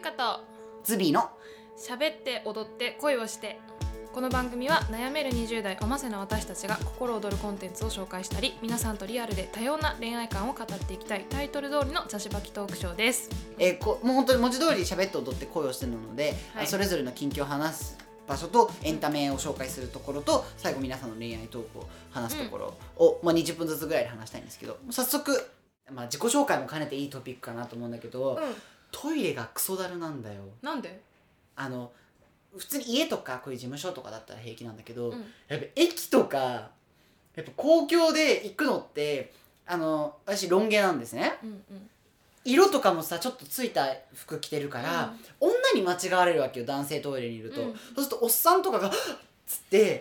かとズビーの喋って踊って恋をして。この番組は悩める20代おませな私たちが心躍るコンテンツを紹介したり、皆さんとリアルで多様な恋愛観を語っていきたいタイトル通りの雑誌ばきトークショーです。 もう本当に文字通り喋って踊って恋をしてるので、 はい、 それぞれの近況を話す場所とエンタメを紹介するところと、最後皆さんの恋愛トークを話すところを、20分ずつぐらいで話したいんですけど、早速、自己紹介も兼ねていいトピックかなと思うんだけど、トイレがクソだるなんだよ。 なんで？ 普通に家とかこういう事務所とかだったら平気なんだけど、やっぱ駅とかやっぱ公共で行くのって私ロン毛なんですね、色とかもさちょっとついた服着てるから、女に間違われるわけよ、男性トイレにいると、そうするとおっさんとかがつって、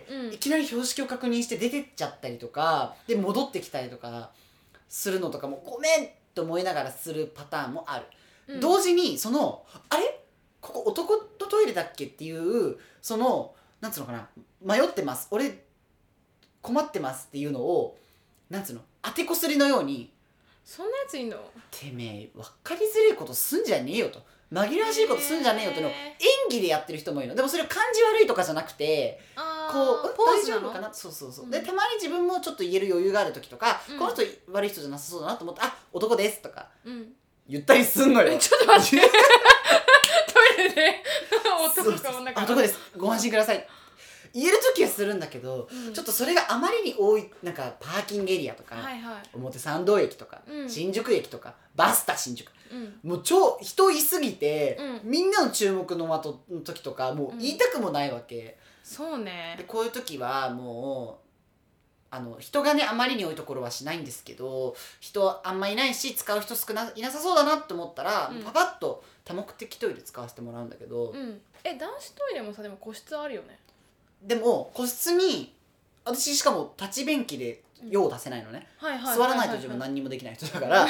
いきなり標識を確認して出てっちゃったりとかで戻ってきたりとかするのとかもごめんと思いながらするパターンもある、同時にあれここ男のトイレだっけっていうなんつうのかな、迷ってます俺困ってますっていうのをなんつうの当てこすりのように、 そんなやついんの？ てめえ分かりづれえことすんじゃねえよと、紛らわしいことすんじゃねえよってのを演技でやってる人もいるの。でもそれは感じ悪いとかじゃなくて、大丈夫かな、そう、でたまに自分もちょっと言える余裕がある時とか、この人悪い人じゃなさそうだなと思って、男ですとか、言ったりすんのよ。 ちょっと待ってトイレで男か女か、 男ですご安心ください言える時はするんだけど、ちょっとそれがあまりに多い、なんかパーキングエリアとか、表参道駅とか、新宿駅とかバスタ新宿、もう超人いすぎて、みんなの注目の的の時とかもう言いたくもないわけ、 そうね。 でこういう時はもう人がねあまりに多いところはしないんですけど、人あんまいないし使う人いなさそうだなって思ったら、パパッと多目的トイレ使わせてもらうんだけど、 男子トイレもさでも個室あるよね。でも個室に私しかも立ち便器で用を出せないのね、座らないと自分何にもできない人だから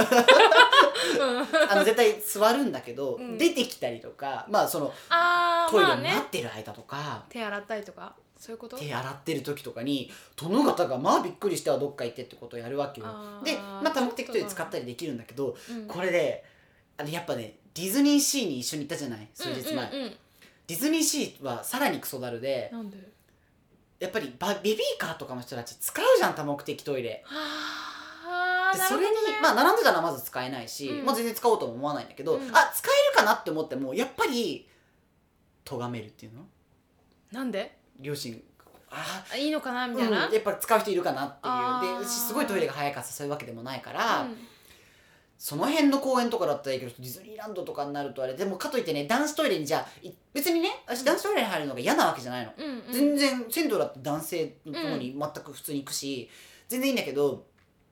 絶対座るんだけど、出てきたりとかトイレ待ってる間とか、 手洗ったりとかそういうこと？ 手洗ってる時とかに殿方がびっくりしてはどっか行ってってことをやるわけよ。で多目的トイレ使ったりできるんだけど、これでやっぱねディズニーシーに一緒に行ったじゃない、数日前、ディズニーシーはさらにクソだるで、 なんで？ やっぱりベビーカーとかの人たち使うじゃん多目的トイレ。でそれに並んでたらまず使えないし、全然使おうとも思わないんだけど、使えるかなって思ってもやっぱり咎めるっていうの？ なんで？ 両親いいのかなみたいな、 やっぱ使う人いるかなっていう。ですごいトイレが早いからそういうわけでもないから、その辺の公園とかだったらいいけどディズニーランドとかになるとあれでも、かといってね男子トイレにじゃあ別にね私男子トイレに入るのが嫌なわけじゃないの、全然銭湯だって男性の方に全く普通に行くし、全然いいんだけど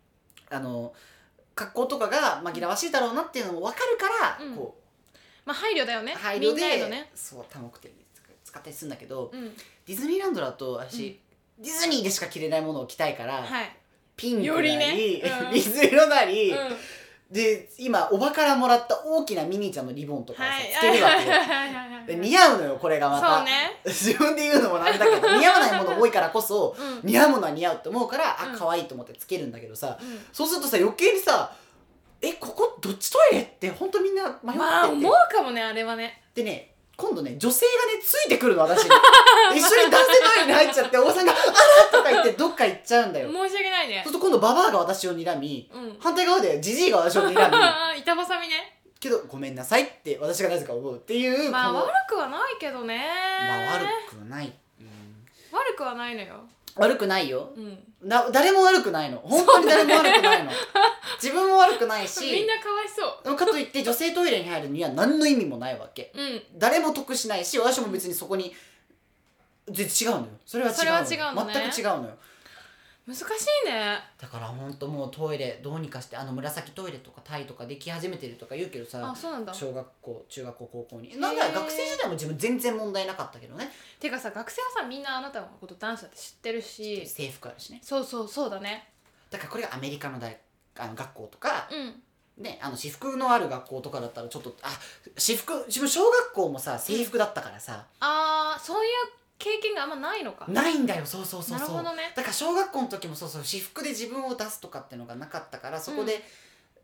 格好とかが紛らわしいだろうなっていうのも分かるから、こう配慮だよね、 配慮でみんなね、 そう多目的使ったりするんだけど、ディズニーランドだと私、ディズニーでしか着れないものを着たいから、ピンクなり、水色なり、で今おばからもらった大きなミニーちゃんのリボンとかをつけるわけよ。似合うのよこれがまた、自分で言うのもなんだけど似合わないもの多いからこそ、似合うものは似合うって思うから可愛いと思ってつけるんだけどさ、そうするとさ余計にさここどっちトイレってほんとみんな迷ってて、 思うかもねあれはね。 でね今度ね女性がねついてくるの私に一緒に男性トイレに入っちゃって、おばさんが「あら!」とか言ってどっか行っちゃうんだよ。 申し訳ないね。 そうすると今度ババアが私を睨み、反対側でジジイが私を睨み板挟みね。 けどごめんなさいって私がなぜか思うっていう、 悪くはないけどね。 悪くない、 悪くはないのよ。 悪くないよ、誰も悪くないの、本当に誰も悪くないの自分も悪くないしみんなかわいそうかといって女性トイレに入るには何の意味もないわけ、誰も得しないし私も別にそこに全然違うのよ。それは違うのね、全く違うのよ。 難しいね。 だからほんともうトイレどうにかして、紫トイレとかタイとかでき始めてるとか言うけどさ、 そうなんだ。 小学校中学校高校になんだ学生時代も自分全然問題なかったけどね。 てかさ学生はさみんなあなたのこと男子だって知ってるし、 制服あるしね。 そうだね。 だからこれがアメリカの学校とか、ね、私服のある学校とかだったらちょっと私服、自分小学校もさ制服だったからさ、 そういう経験があんまないのか。 ないんだよ。そうなるほどね。 だから小学校の時も私服で自分を出すとかってのがなかったから、そこで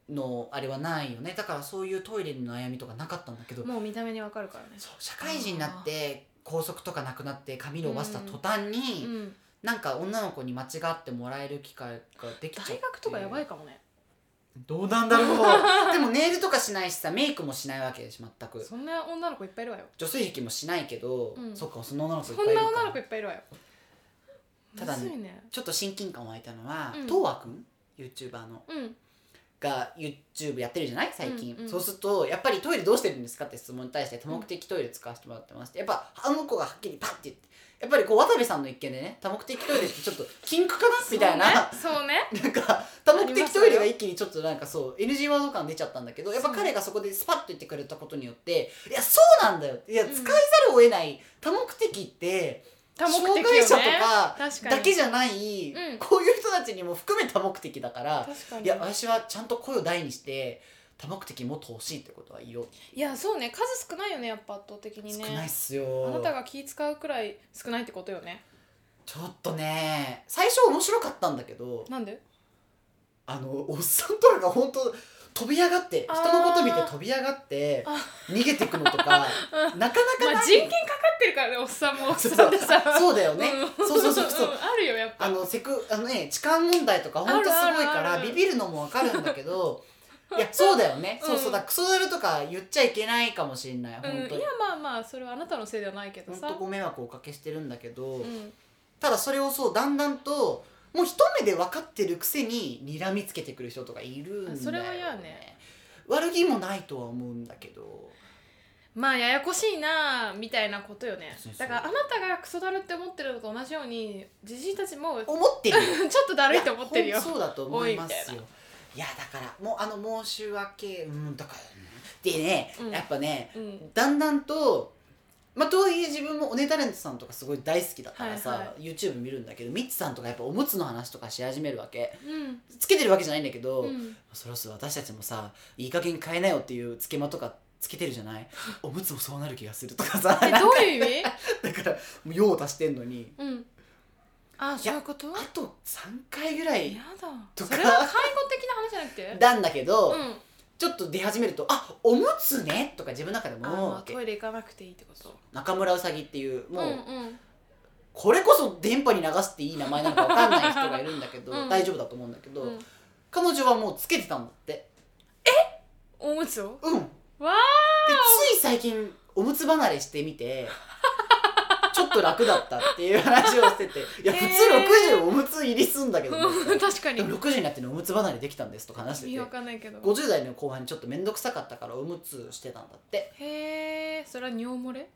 のあれはないよね。だからそういうトイレの悩みとかなかったんだけど、 もう見た目にわかるからね。 そう社会人になって校則とかなくなって髪伸ばした途端に、なんか女の子に間違ってもらえる機会ができちゃって。 大学とかやばいかもね。 どうなんだろうでもネイルとかしないしさ、メイクもしないわけでし全く。 そんな女の子いっぱいいるわよ。 女性器もしないけど、そっか、そんな女の子いっぱいいるか。 そんな女の子いっぱいいるわよ。 ただね、ちょっと親近感湧いたのは、とうあくん YouTuber の、が YouTube やってるじゃない最近、そうするとやっぱりトイレどうしてるんですかって質問に対して多目的トイレ使わせてもらってまして、やっぱあの子がはっきりパッて言って、やっぱりこう渡部さんの一件でね、多目的トイレってちょっと禁句かなみたいなそうねなんか多目的トイレが一気にちょっとなんかそう NG ワード感出ちゃったんだけど、やっぱ彼がそこでスパッと言ってくれたことによって、いやそうなんだよ、いや使いざるを得ない多目的って障害者とかだけじゃない、こういう人たちにも含め多目的だから、いや私はちゃんと声を大にして多目的もっと欲しいってことは言おう。 いやそうね、数少ないよね、やっぱ圧倒的にね。 少ないっすよ。 あなたが気使うくらい少ないってことよね。 ちょっとね、最初面白かったんだけど、 なんでおっさんとかが本当飛び上がって人のこと見て飛び上がって逃げていくのとかなかなかない。 人権かかってるからね、おっさんもおっさんでさそうだよね、そうあるよやっぱ。 痴漢問題とか本当すごいからビビるのもわかるんだけどいやそうだよね、そうだ、クソだるとか言っちゃいけないかもしれない、本当に。 いやまあそれはあなたのせいではないけどさ、 本当ご迷惑をおかけしてるんだけど、ただそれをそうだんだんともう一目で分かってるくせに睨みつけてくる人とかいるんだよね。 それは嫌ね。 悪気もないとは思うんだけど、 まあややこしいなみたいなことよね。だからあなたがクソだるって思ってるのと同じようにジジイたちも思ってるちょっとだるいと思ってるよ。 そうだと思いますよ。いやだからもう申し訳だからでね、やっぱね、だんだんととはいえ自分もおねタレントさんとかすごい大好きだからさ、YouTube 見るんだけど、ミッツさんとかやっぱおむつの話とかし始めるわけ、つけてるわけじゃないんだけど、そろそろ私たちもさいい加減変えなよっていうつけまとかつけてるじゃないおむつもそうなる気がするとかさ、 どういう意味だから用を足してんのに、 そういうこと。 あと3回ぐらいとか、それは介護的な話じゃなくてなんだけど、ちょっと出始めるとおむつねとか自分の中でも思うわけ。 トイレ行かなくていいってこと。 中村うさぎっていうもう、これこそ電波に流していい名前なのか分かんない人がいるんだけど、大丈夫だと思うんだけど、彼女はもうつけてたんだって。 おむつを。わでつい最近おむつ離れしてみてちょっと楽だったっていう話をしてて、いや普通60おむつ入りすんだけど、 確かにでも60になってのおむつ離れできたんですとか話してて、 わかんないけど 50代の後半にちょっと面倒くさかったからおむつしてたんだって。 へえ、それは尿漏れ。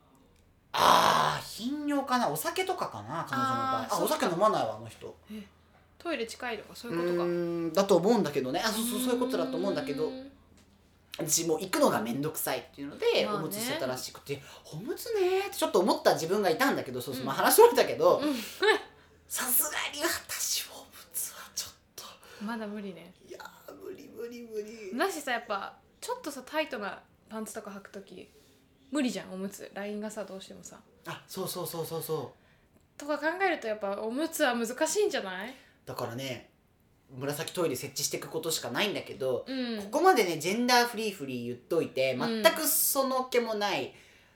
頻尿かな、お酒とかかな彼女の場合。お酒飲まないわあの人。 トイレ近いとかそういうことかだと思うんだけどね。そういうことだと思うんだけど、私もう行くのがめんどくさいっていうのでおむつしてたらしくて、おむつねってちょっと思った自分がいたんだけど、話し終わったけど、さすがに私おむつはちょっとまだ無理ね。 いや無理だしさ、やっぱちょっとさタイトなパンツとか履くとき無理じゃん、おむつラインがさどうしてもさ。 そうとか考えるとやっぱおむつは難しいんじゃない。 だからね、紫トイレ設置していくことしかないんだけど、ここまでねジェンダーフリー言っといて全くその気もない、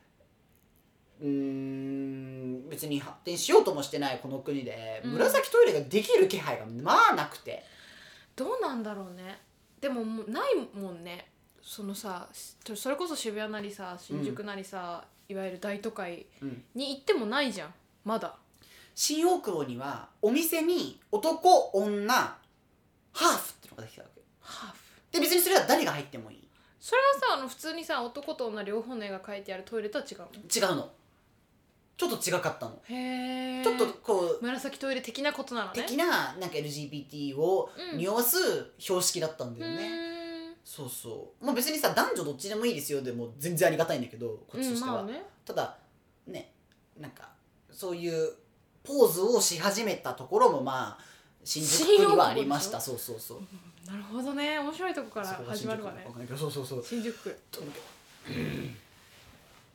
別に発展しようともしてないこの国で、紫トイレができる気配がなくて。 どうなんだろうね。でももうないもんね。そのさ、それこそ渋谷なりさ新宿なりさ、いわゆる大都会に行ってもないじゃんまだ。 新大久保にはお店に男女ハーフってのができたわけ。で別にそれは誰が入ってもいい。 それはさ普通にさ男と女両方の絵が描いてあるトイレとは違うの。 違うの。ちょっと違かったの。 へえ。 ちょっとこう紫トイレ的なことなのね。 的ななんか LGBT を匂わす標識だったんだよね。別にさ男女どっちでもいいですよでも全然ありがたいんだけどこっちとしては、ただね、なんかそういうポーズをし始めたところも新宿区にはありました。 なるほどね、面白いとこから始まるわね。新宿区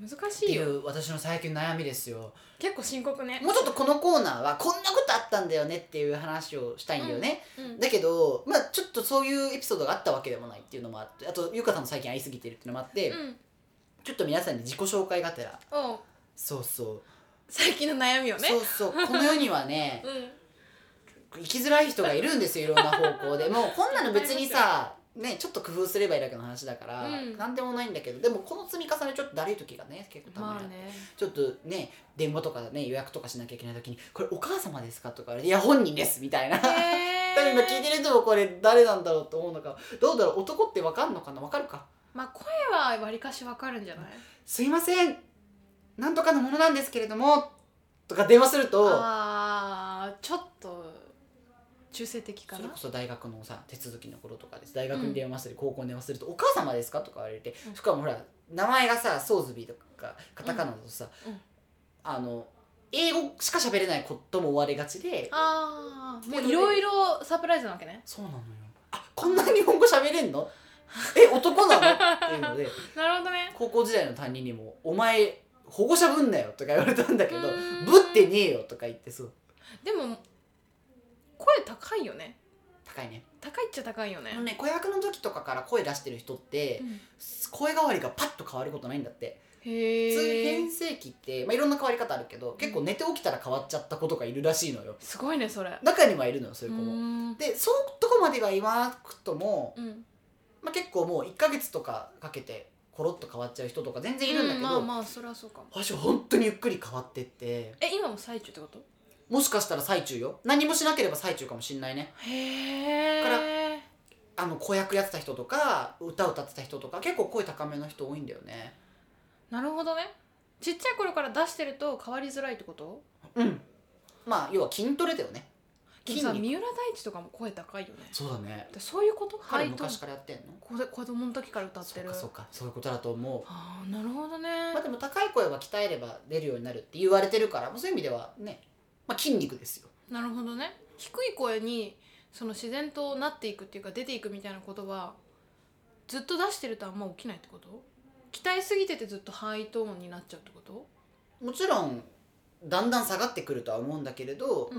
難しっていいよ。 う私の最近の悩みですよ。 結構深刻ね。 もうちょっとこのコーナーはこんなことあったんだよねっていう話をしたいんだよね、だけどまあちょっとそういうエピソードがあったわけでもないっていうのもあって、あとゆかさんも最近会いすぎてるっていうのもあって、ちょっと皆さんに自己紹介がてら、そうそう最近の悩みをね、 そうこの世にはね、生きづらい人がいるんですよ、いろんな方向で。もうこんなの別にさね、ちょっと工夫すればいいだけの話だから、なんでもないんだけど、でもこの積み重ねちょっとだるい時がね結構たまにあって、ちょっとね電話とかね予約とかしなきゃいけない時に「これお母様ですか?」とか言われて「いや本人です」みたいな多分今聞いてる人もこれ誰なんだろうと思うのか、どうだろう、男って分かんのかな、分かるか、 まあ声はわりかし分かるんじゃない？ すいませんなんとかのものなんですけれどもとか電話すると、 ちょっと中性的かな。 それこそ大学のさ手続きの頃とかです、大学に電話したり、高校に電話すると「お母様ですか?」とか言われて、しかもほら名前がさソーズビーとかカタカナだとさ、英語しか喋れないことも追われがちで、 もういろいろサプライズなわけね。 そうなのよ。こんな日本語喋れんの男なのっていうのでなるほどね。 高校時代の担任にも「お前保護者ぶんなよ」とか言われたんだけど「ぶってねえよ」とか言って。そうでも声高いよね。 高いね。 高いっちゃ高いよね。 子役の時とかから声出してる人って、声変わりがパッと変わることないんだって。普通変声期って、いろんな変わり方あるけど、結構寝て起きたら変わっちゃった子とかいるらしいのよ。 すごいねそれ。 中にはいるのよそういう子も。でそういうとこまでは言わなくとも、結構もう1ヶ月とかかけてコロッと変わっちゃう人とか全然いるんだけど、 まあそれはそうかも。 私は本当にゆっくり変わってって。 今も最中ってこと？ もしかしたら最中よ。何もしなければ最中かもしんないね。 へえ。 から子役やってた人とか歌歌ってた人とか結構声高めの人多いんだよね。 なるほどね。ちっちゃい頃から出してると変わりづらいってこと？ まあ要は筋トレだよね。 でもさ、三浦大知とかも声高いよね。 そうだね。 そういうこと？ 彼昔からやってんの？ 子供の時から歌ってる。 そうかそういうことだと思う。 なるほどね。 でも高い声は鍛えれば出るようになるって言われてるから、そういう意味ではね、筋肉ですよ。 なるほどね。低い声にその自然となっていくっていうか出ていくみたいなことはずっと出してるとあんま起きないってこと？鍛えすぎててずっとハイトーンになっちゃうってこと？ もちろんだんだん下がってくるとは思うんだけれど、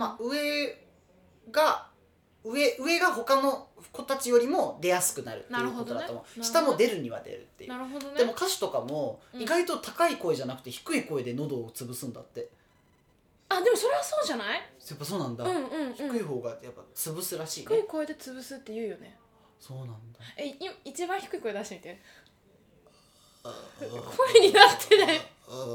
上が他の子たちよりも出やすくなるっていうことだと思う。下も出るには出るっていう。 なるほどね。 でも歌手とかも意外と高い声じゃなくて低い声で喉を潰すんだって。 でもそれはそうじゃない？ やっぱそうなんだ。低い方がやっぱ潰すらしいね。 低い声で潰すって言うよね。 そうなんだ。 一番低い声出してみて。声になってない。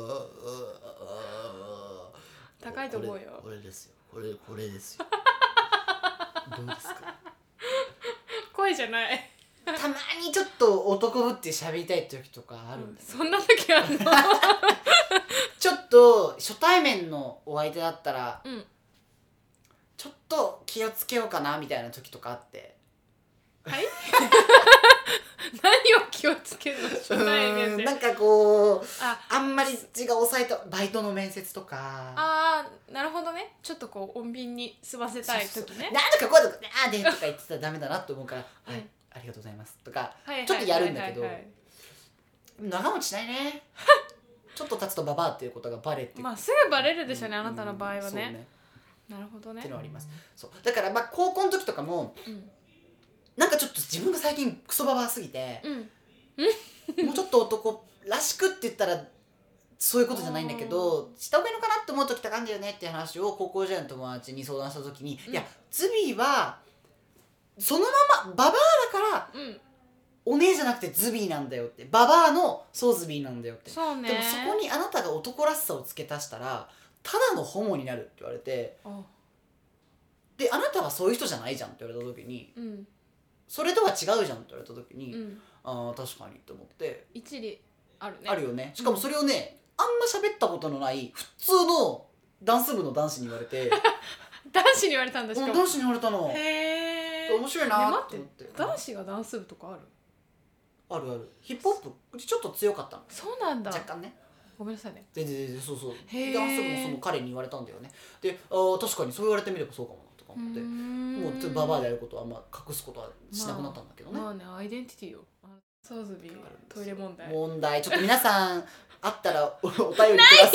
高いと思うよ。 これですよ。これですよ。どうですか？ 声じゃない。 たまにちょっと男ぶって喋りたい時とかあるんだよ。 そんな時あるの？ ちょっと初対面のお相手だったら、ちょっと気をつけようかなみたいな時とかあって。 はい何を気をつけるの？初対面で。 なんかこうあんまり字が抑えたバイトの面接とか。 なるほどね。ちょっとこう穏便に済ませたい時ね。 なんとかこうとかでとか言ってたらダメだなと思うから「はいありがとうございます」とかちょっとやるんだけど長持ちしないね。ちょっと経つとババアっていうことがバレて、 すぐバレるでしょうね、あなたの場合はね。なるほどね。 っていうのはあります。そうだから高校の時とかも、なんかちょっと自分が最近クソババアすぎて、もうちょっと男らしくって言ったらそういうことじゃないんだけど、した方がいいのかなって思う時とかあるんだよねっていう話を高校時代の友達に相談した時に、いやズビーはそのままババアだから、お姉じゃなくてズビーなんだよって、ババアのソーズビーなんだよって。 そうね。 でもそこにあなたが男らしさを付け足したらただのホモになるって言われて、であなたはそういう人じゃないじゃんって言われた時に、それとは違うじゃんって言われた時に、確かにって思って。 一理あるね。 あるよね。しかもそれをね、あんま喋ったことのない普通のダンス部の男子に言われて男子に言われたんだ。しかも男子に言われたの。 へえ。 面白いなって思って。 男子がダンス部とかある？ あるある。ヒップホップちょっと強かったの。 そうなんだ。 若干ね。 ごめんなさいね。 全然そうダンス部のその彼に言われたんだよね。で確かにそう言われてみればそうかもなとか思って、もうちょっとババアであることはあんま隠すことはしなくなったんだけどね。 アイデンティティよ。ソーズビートイレ問題ちょっと皆さんあったらお便りください。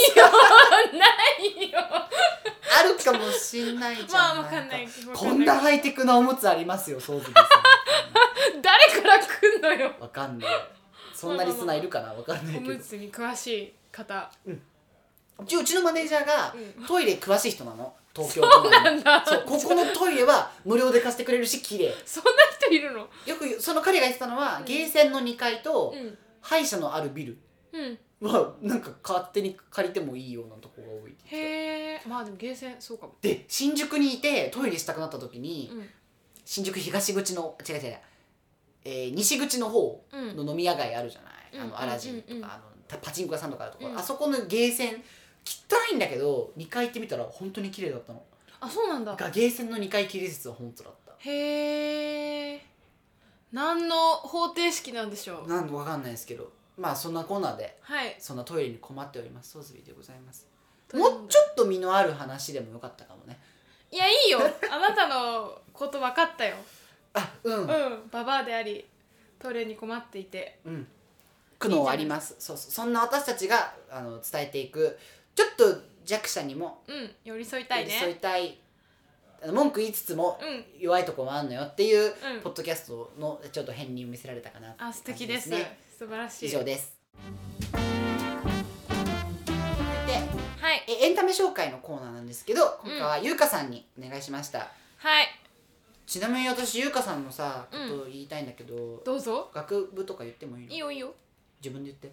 ないよあるかもしんないじゃん。 まあ分かんない。 こんなハイテクなおむつありますよ、そうずびさん。 誰から来んのよ。 わかんない。そんなリスナーいるかな、わかんないけど。 おむつに詳しい方。 うちのマネージャーがトイレ詳しい人なの、東京都内の。 そう、ここのトイレは無料で貸してくれるし綺麗。 そんな人いるの？ よくその彼が言ってたのは、ゲーセンの2階と歯医者のあるビルはなんか勝手に借りてもいいようなとこが多い。 へえ。まあでもゲーセンそうかも。 で新宿にいてトイレしたくなった時に、新宿東口の西口の方の飲み屋街あるじゃない、アラジンとかパチンコ屋さんとかあるところ、あそこのゲーセン汚いんだけど2階行ってみたら本当に綺麗だったの。 あ、そうなんだ。 ゲーセンの2階綺麗説は本当だった。 へえ。何の方程式なんでしょう。 なんわかんないですけど、まあそんなコーナーで、 はい、 そんなトイレに困っております、ソーズビーでございます。もうちょっと身のある話でもよかったかもね。 いや、いいよあなたのこと分かったよ。ババアでありトイレに困っていて、 苦悩あります。そんな私たちが伝えていく、ちょっと弱者にも寄り添いたいね。 寄り添いたい、文句言いつつも弱いところもあるのよっていうポッドキャストのちょっと片鱗を見せられたかな。 あ、素敵です。素晴らしい。 以上です。で、 はい、 エンタメ紹介のコーナーなんですけど、今回はゆうかさんにお願いしました。 はい。 ちなみに私ゆうかさんのさことを言いたいんだけど、 どうぞ。 学部とか言ってもいいの？ いいよいいよ。 自分で言って。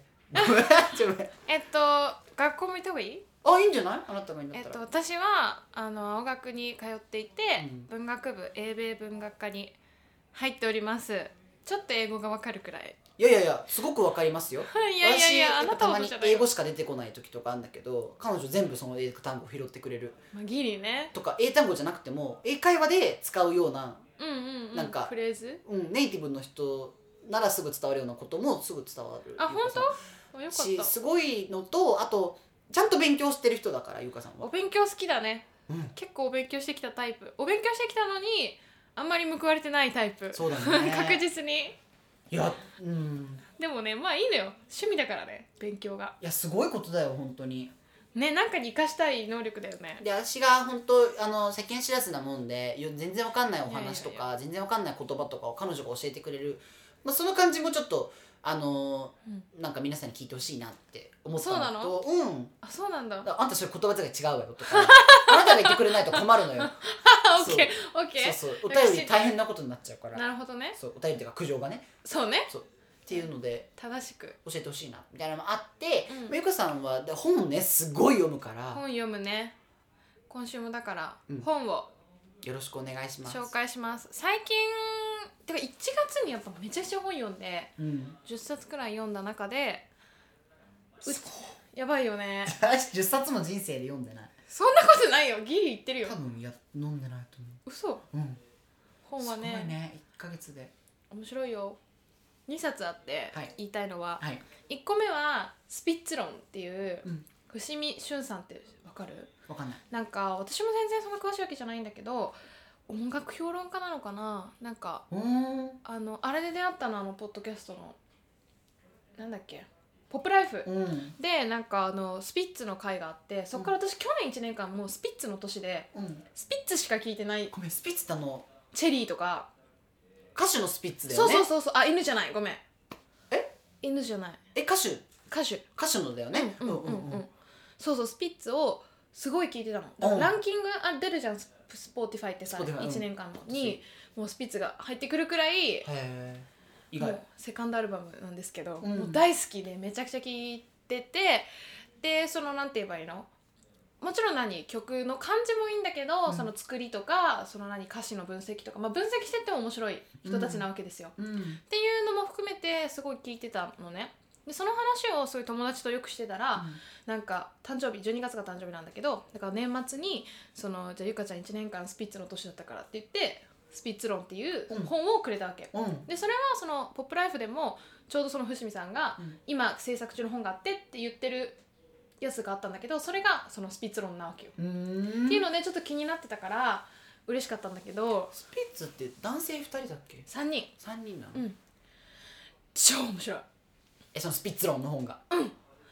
学校も行った方がいい？ あ、いいんじゃない？あなたがいいんだったら。 私は青学に通っていて、文学部英米文学科に入っております。ちょっと英語がわかるくらい。 いやすごくわかりますよ。 私やっぱたまに英語しか出てこない時とかあるんだけど、彼女全部その英単語拾ってくれる。 ギリね。とか英単語じゃなくても英会話で使うような、なんかフレーズ、 ネイティブの人ならすぐ伝わるようなこともすぐ伝わる。 あ、本当？よかった。 すごいのと、あとちゃんと勉強してる人だから、ゆうかさんは。 お勉強好きだね。結構お勉強してきたタイプ。お勉強してきたのにあんまり報われてないタイプ。 そうだね。 確実に。 いや、 でもね、まあいいのよ。趣味だからね、勉強が。 いや、すごいことだよ本当に。 ね、なんかに生かしたい能力だよね。 で、私が本当世間知らずなもんで、全然わかんないお話とか全然わかんない言葉とかを彼女が教えてくれる、その感じもちょっとなんか皆さんに聞いてほしいなって思ったのと。そうなの？あ、そうなんだ。あんたそれ言葉遣い違うわよとかあなたが言ってくれないと困るのよ。 オッケー。 そうお便り大変なことになっちゃうから。 なるほどね。 そう、お便りっていうか苦情がね。 そうね。 っていうので正しく教えてほしいなみたいなのもあって、ゆかさんは本ねすごい読むから。 本読むね。今週もだから本をよろしくお願いします。 紹介します。最近てか1月にやっぱめちゃくちゃ本読んで、10冊くらい読んだ中でやばいよね。 10冊も人生で読んでない。 そんなことないよ。ギリ言ってるよ。 多分飲んでないと思う。嘘。本はね、 すごいね、1ヶ月で面白いよ。2冊あって言いたいのは、 1 個目はスピッツ論っていう、伏見俊さんってわかる？ わかんない。 なんか私も全然そんな詳しいわけじゃないんだけど、音楽評論家なのかな、なんかあれで出会ったの、ポッドキャストのなんだっけ、ポップライフ、でなんかスピッツの回があって、そこから私去年1年間もうスピッツの年で、スピッツしか聞いてない。 ごめん、スピッツってチェリーとか歌手のスピッツだよね。 そうあ、犬じゃない、ごめん、犬じゃない、 歌手のだよね。 そうスピッツをすごい聞いてたの。だからランキング出るじゃん、スポーティファイってさ、1年間のにもうスピッツが入ってくるくらい、もうセカンドアルバムなんですけど、もう大好きでめちゃくちゃ聴いてて、でそのなんて言えばいいの、もちろん曲の感じもいいんだけど、その作りとかその歌詞の分析とか、分析してっても面白い人たちなわけですよ、っていうのも含めてすごい聞いてたのね。でその話をそういう友達とよくしてたら、なんか誕生日12月が誕生日なんだけど、だから年末にじゃあゆかちゃん1年間スピッツの年だったからって言ってスピッツ論っていう本をくれたわけ、でそれはそのポップライフでもちょうどその伏見さんが、今制作中の本があってって言ってるやつがあったんだけど、それがそのスピッツ論なわけよ。っていうのでちょっと気になってたから嬉しかったんだけど。 スピッツって男性2人だっけ ？3人。 3人なの？ 超面白い。 そのスピッツ論の本が。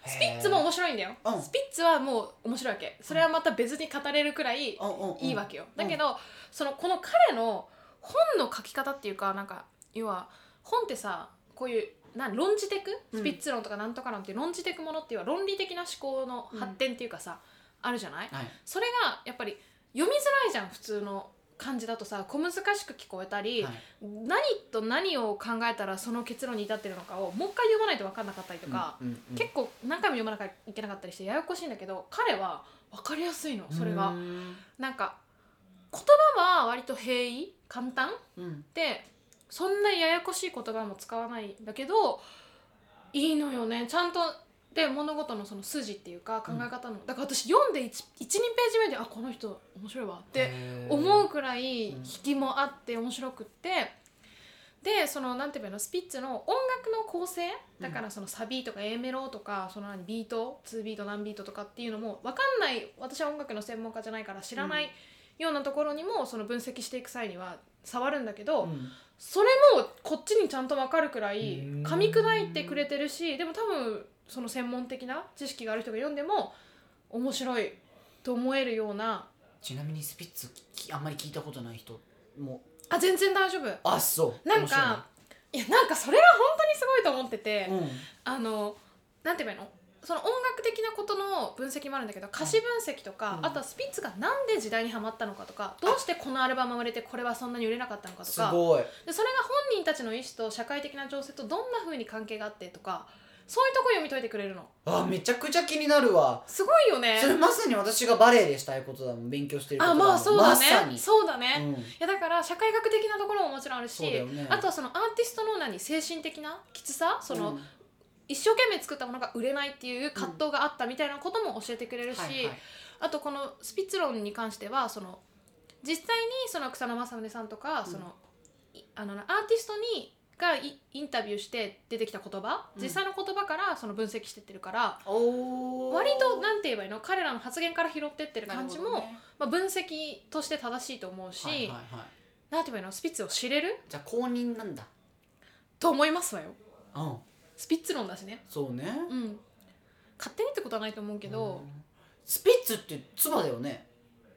スピッツも面白いんだよ、 うん、 スピッツはもう面白いわけ。それはまた別に語れるくらいいいわけよ、だけどこの彼の本の書き方っていうか、なんか要は本ってさ、こういう論じてく、スピッツ論とかなんとか論っていう論じてくものっていうのは論理的な思考の発展っていうかさ、あるじゃない、はい、それがやっぱり読みづらいじゃん、普通の感じだとさ、小難しく聞こえたり、はい、何と何を考えたらその結論に至ってるのかをもう一回読まないと分かんなかったりとか、結構何回も読まなきゃいけなかったりしてややこしいんだけど、彼は分かりやすいの。それがなんか言葉は割と平易簡単、でそんなややこしい言葉も使わないんだけどいいのよね、ちゃんと。で物事のその筋っていうか考え方の、だから私読んで 1,2 ページ目でこの人面白いわって思うくらい引きもあって面白くって、でなんていうの、スピッツの音楽の構成だから、そのサビとか A メロとかビート2ビート何ビートとかっていうのも分かんない、私は音楽の専門家じゃないから知らないようなところにもその分析していく際には触るんだけど、それもこっちにちゃんと分かるくらい噛み砕いてくれてるし、でも多分その専門的な知識がある人が読んでも面白いと思えるような。 ちなみにスピッツあんまり聞いたことない人も全然大丈夫。そうなんかそれが本当にすごいと思ってて、なんて言えばいいの、その音楽的なことの分析もあるんだけど、歌詞分析とか、あとはスピッツがなんで時代にハマったのかとか、どうしてこのアルバムが売れてこれはそんなに売れなかったのかとか、 すごい。 でそれが本人たちの意思と社会的な情勢とどんな風に関係があってとか、そういうとこ読み解いてくれるの。 めちゃくちゃ気になるわ。 すごいよね。 それまさに私がバレエでしたいことだもん、勉強してることだもん。 そうだね、 まさにそうだね、いやだから社会学的なところももちろんあるし、あとはそのアーティストの精神的なきつさ、一生懸命作ったものが売れないっていう葛藤があったみたいなことも教えてくれるし、あとこのスピッツ論に関しては実際に草野正宗さんとか、アーティストがインタビューして出てきた言葉、実際の言葉から分析してってるから、割となんて言えばいいの、彼らの発言から拾ってってる感じも、分析として正しいと思うし、なんて言えばいいの、スピッツを知れる、 じゃあ公認なんだと思いますわよ。スピッツ論だしね。 そうね、 勝手にってことはないと思うけど、 スピッツって唾だよね。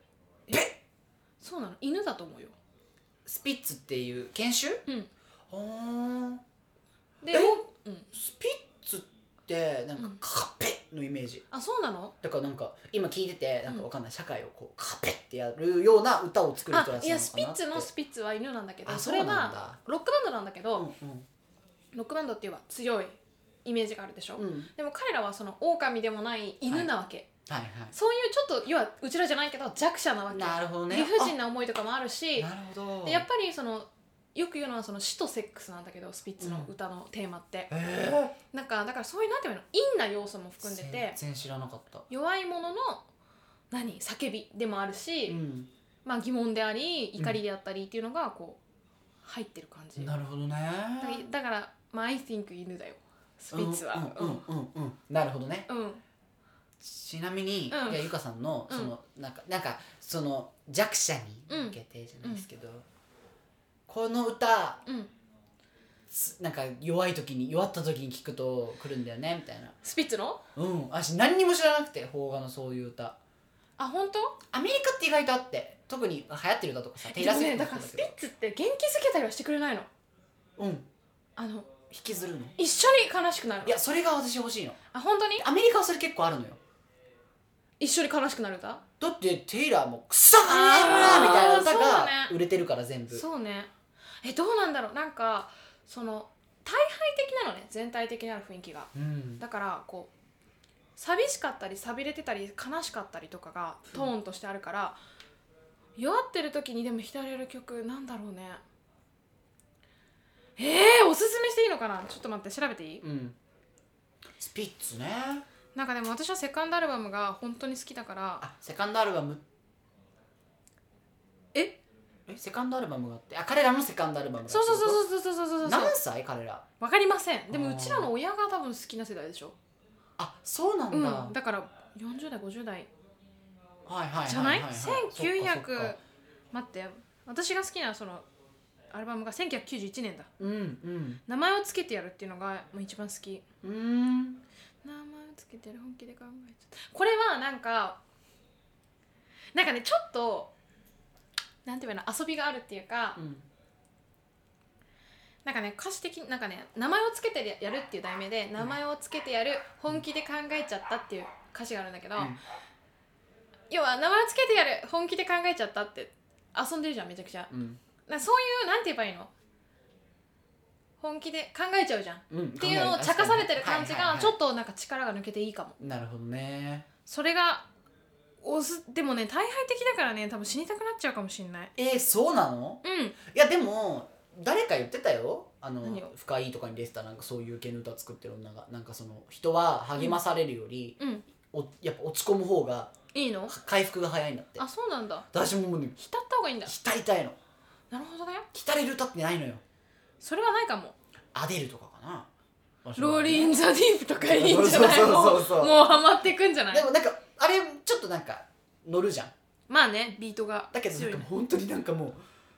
そうなの、犬だと思うよ。 スピッツっていう犬種？で、スピッツってなんかカペのイメージ。 そうなの？ だからなんか今聞いててなんかわかんない、社会をこうカペってやるような歌を作る人たちなのかなって。いやスピッツのスピッツは犬なんだけど、それはロックバンドなんだけど、ロックバンドって言えば強いイメージがあるでしょ、でも彼らは狼でもない犬なわけ、そういうちょっと要はうちらじゃないけど弱者なわけ。 なるほどね。 理不尽な思いとかもあるし、 なるほど。 でやっぱりよく言うのは死とセックスなんだけど、スピッツの歌のテーマって、だからそういうなんていうの、陰な要素も含んでて、 全然知らなかった。 弱い者の叫びでもあるし、疑問であり怒りであったりっていうのが入ってる感じ。 なるほどね。 だからI think 犬だよ、スピッツは。 なるほどね。ちなみに、ゆかさんのなんか弱者に向けてじゃないですけど、この歌、なんか弱った時に聞くと来るんだよねみたいな。 スピッツの？ 私何にも知らなくて、邦画のそういう歌。 本当？ アメリカって意外とあって、特に流行ってる歌とかさ、 テイラー・スウィフトとかだけど。だからスピッツって元気づけたりはしてくれないの？ 引きずるの？ 一緒に悲しくなる。 いや、それが私欲しいの。 本当に？ アメリカはそれ結構あるのよ。 一緒に悲しくなる歌？ だってテイラーもクソ悲しいなみたいな歌が売れてるから、全部。 そうね。どうなんだろう、なんか大敗的なのね、全体的な雰囲気が、だから寂しかったり寂れてたり悲しかったりとかがトーンとしてあるから、弱ってる時にでも浸れる曲なんだろうね。おすすめしていいのかな、ちょっと待って調べていい？ スピッツね。 なんかでも私はセカンドアルバムが本当に好きだから。 セカンドアルバムセカンドアルバムがあって、彼らのセカンドアルバムが。そう何歳彼ら？ わかりません。でもうちらの親が多分好きな世代でしょ。 そうなんだ。 だから40代50代じゃない？1900待って、私が好きなアルバムが1991年だ。名前をつけてやるっていうのがもう一番好き。名前をつけてやる本気で考えちゃった。これはなんかねちょっとなんていうの遊びがあるっていうか、なんかね歌詞的になんかね名前をつけてやるっていう題名で名前をつけてやる本気で考えちゃったっていう歌詞があるんだけど、要は名前をつけてやる本気で考えちゃったって遊んでるじゃんめちゃくちゃ、そういうなんて言えばいいの本気で考えちゃうじゃん、っていうのを茶化されてる感じがちょっとなんか力が抜けていいかも。 なるほどね。 それがでもね大敗的だからね多分死にたくなっちゃうかもしんない。 そうなの？いやでも誰か言ってたよ。深いとかに出てたなんかそういう系の歌作ってる女がなんかその人は励まされるより、やっぱ落ち込む方がいいの？ 回復が早いんだって。 あ、そうなんだ。 私もね浸った方がいいんだ。 浸りたいの。 なるほどね。 浸れる歌ってないのよ。 それはないかも。 アデルとかかな。 ローリー・イン・ザ・ディープとかいいんじゃない？もうハマってくんじゃない？ でもなんかあれちょっとなんか乗るじゃん。 まあねビートがだけどなんか本当になんかも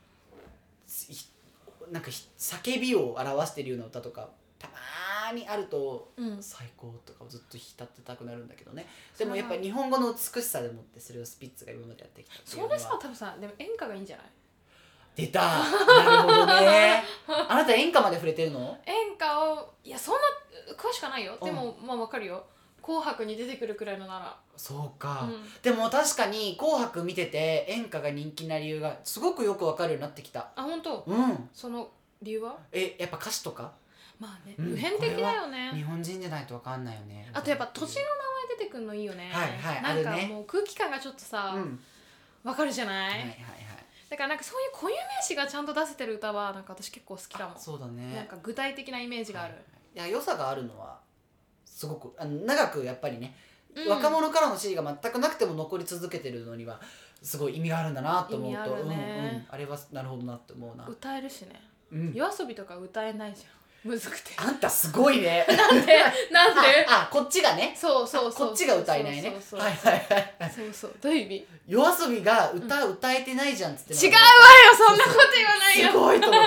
うなんか叫びを表してるような歌とかたまにあると、最高とかをずっと浸ってたくなるんだけどね。でもやっぱ日本語の美しさでもってそれをスピッツが今までやってきたっていうのは。 それさ多分さでも演歌がいいんじゃない？ 出た。なるほどね。あなた演歌まで触れてるの？ 演歌をいやそんな詳しくないよ。でもまあわかるよ。紅白に出てくるくらいのなら。 そうか、でも確かに紅白見てて演歌が人気な理由がすごくよくわかるようになってきた。 あ、本当？その理由は？やっぱ歌詞とかまあね、普遍的だよね。 日本人じゃないとわかんないよね。 あとやっぱ土地の名前出てくるのいいよね。なんかもう空気感がちょっとさわかるじゃない？だからなんかそういう固有名詞がちゃんと出せてる歌はなんか私結構好きかも。 そうだね。 なんか具体的なイメージがある。 いや良さがあるのはすごく長くやっぱりね、若者からの支持が全くなくても残り続けてるのにはすごい意味があるんだなと思うと、あれはなるほどなって思うな。 歌えるしね。YOASOBIとか歌えないじゃん。むずくて。 あんたすごいね。 なんで？ こっちがね。 そうこっちが歌えないね。 そうどういう意味 ？YOASOBIが歌えてないじゃんっつって。 違うわよそんなこと言わないよ。 すごいと思って。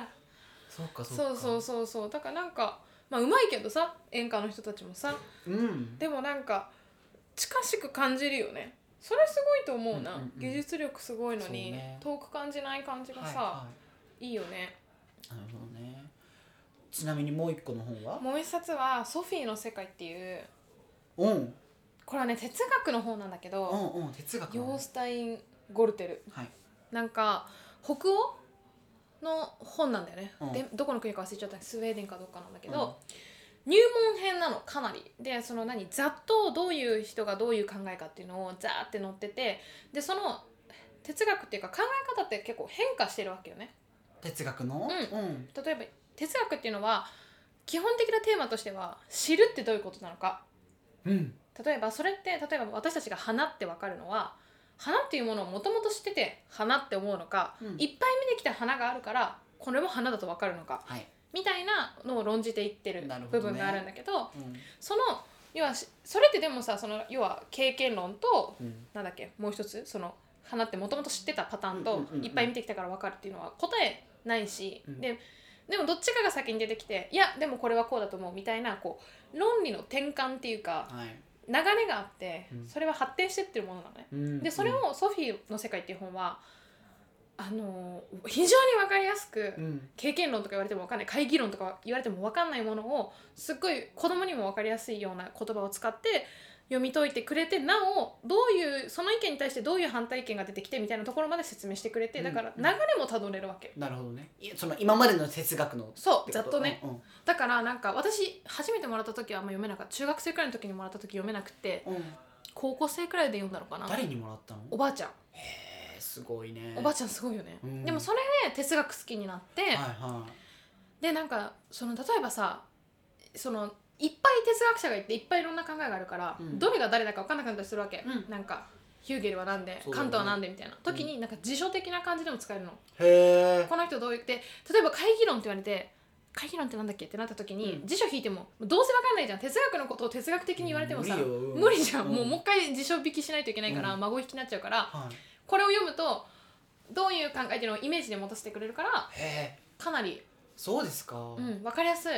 そうだからなんかまあうまいけどさ演歌の人たちもさ、でもなんか近しく感じるよね。それすごいと思うな。技術力すごいのに遠く感じない感じがさ、いいよね。 なるほどね。ちなみにもう一個の本は？ もう一冊はソフィーの世界っていう、これはね哲学の本なんだけど、 哲学ヨースタイン・ゴルテル、なんか北欧の本なんだよね。でどこの国か忘れちゃった。スウェーデンかどっかなんだけど、入門編なのかなりで、そのざっとどういう人がどういう考えかっていうのをザーって載ってて、でその哲学っていうか考え方って結構変化してるわけよね。 哲学の、 例えば哲学っていうのは基本的なテーマとしては知るってどういうことなのか、例えばそれって例えば私たちが花って分かるのは花っていうものをもともと知ってて花って思うのか、いっぱい見てきた花があるからこれも花だと分かるのか、みたいなのを論じていってる部分があるんだけど、その要はそれってでもさその要は経験論と、なんだっけもう一つその花ってもともと知ってたパターンといっぱい見てきたから分かるっていうのは答えないし、でもどっちかが先に出てきていやでもこれはこうだと思うみたいなこう論理の転換っていうか、流れがあって、それは発展してってるものなのね。でそれをソフィーの世界っていう本は非常に分かりやすく、経験論とか言われても分かんない、会議論とか言われても分かんないものをすっごい子供にも分かりやすいような言葉を使って読み解いてくれて、なおどういうその意見に対してどういう反対意見が出てきてみたいなところまで説明してくれて、だから流れもたどれるわけ。 なるほどね。その今までの哲学のそうざっとね、だからなんか私初めてもらった時はあんま読めなかった。中学生くらいの時にもらった時読めなくて、高校生くらいで読んだのかな。 誰にもらったの？ おばあちゃん。 すごいね。 おばあちゃんすごいよね、でもそれで哲学好きになって、でなんかその例えばさそのいっぱい哲学者がいていっぱいいろんな考えがあるから、どれが誰だか分かんなかったりするわけ、なんかヒューゲルはなんで、カントはなんでみたいな時になんか辞書的な感じでも使えるの。この人どう言って例えば会議論って言われて会議論ってなんだっけってなった時に、辞書引いてもどうせ分かんないじゃん。哲学のことを哲学的に言われてもさ、無理じゃん、もう一回辞書引きしないといけないから、孫引きになっちゃうから、これを読むとどういう考えっていうのをイメージで持たせてくれるから、かなりそうですか、 分かりやすい。